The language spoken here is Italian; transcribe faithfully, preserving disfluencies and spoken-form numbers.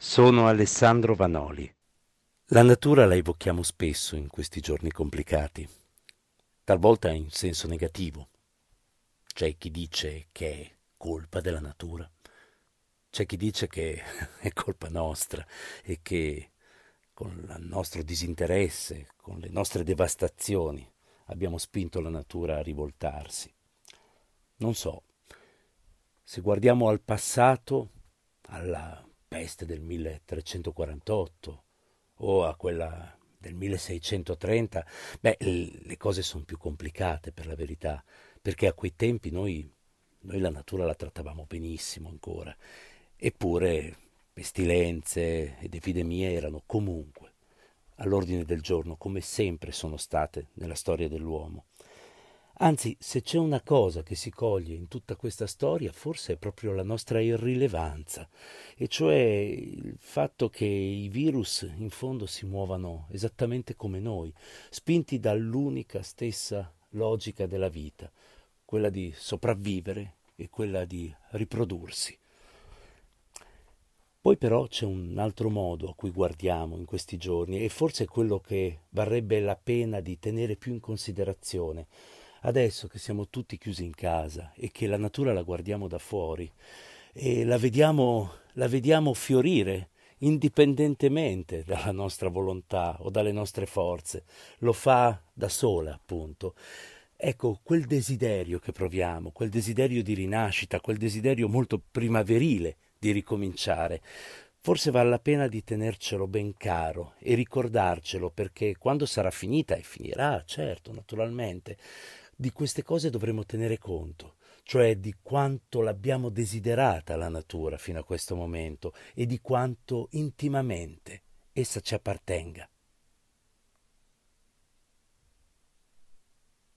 Sono Alessandro Vanoli. La natura la evochiamo spesso in questi giorni complicati, talvolta in senso negativo. C'è chi dice che è colpa della natura, c'è chi dice che è colpa nostra e che con il nostro disinteresse, con le nostre devastazioni, abbiamo spinto la natura a rivoltarsi. Non so, se guardiamo al passato, alla peste del milletrecentoquarantotto o a quella del milleseicentotrenta, beh, le cose sono più complicate per la verità, perché a quei tempi noi, noi la natura la trattavamo benissimo ancora, eppure pestilenze ed epidemie erano comunque all'ordine del giorno, come sempre sono state nella storia dell'uomo. Anzi, se c'è una cosa che si coglie in tutta questa storia, forse è proprio la nostra irrilevanza, e cioè il fatto che i virus in fondo si muovano esattamente come noi, spinti dall'unica stessa logica della vita, quella di sopravvivere e quella di riprodursi. Poi però c'è un altro modo a cui guardiamo in questi giorni e forse è quello che varrebbe la pena di tenere più in considerazione. Adesso che siamo tutti chiusi in casa e che la natura la guardiamo da fuori e la vediamo, la vediamo fiorire indipendentemente dalla nostra volontà o dalle nostre forze, lo fa da sola, appunto. Ecco, quel desiderio che proviamo, quel desiderio di rinascita, quel desiderio molto primaverile di ricominciare, forse vale la pena di tenercelo ben caro e ricordarcelo, perché quando sarà finita, e finirà, certo, naturalmente, di queste cose dovremo tenere conto, cioè di quanto l'abbiamo desiderata la natura fino a questo momento e di quanto intimamente essa ci appartenga.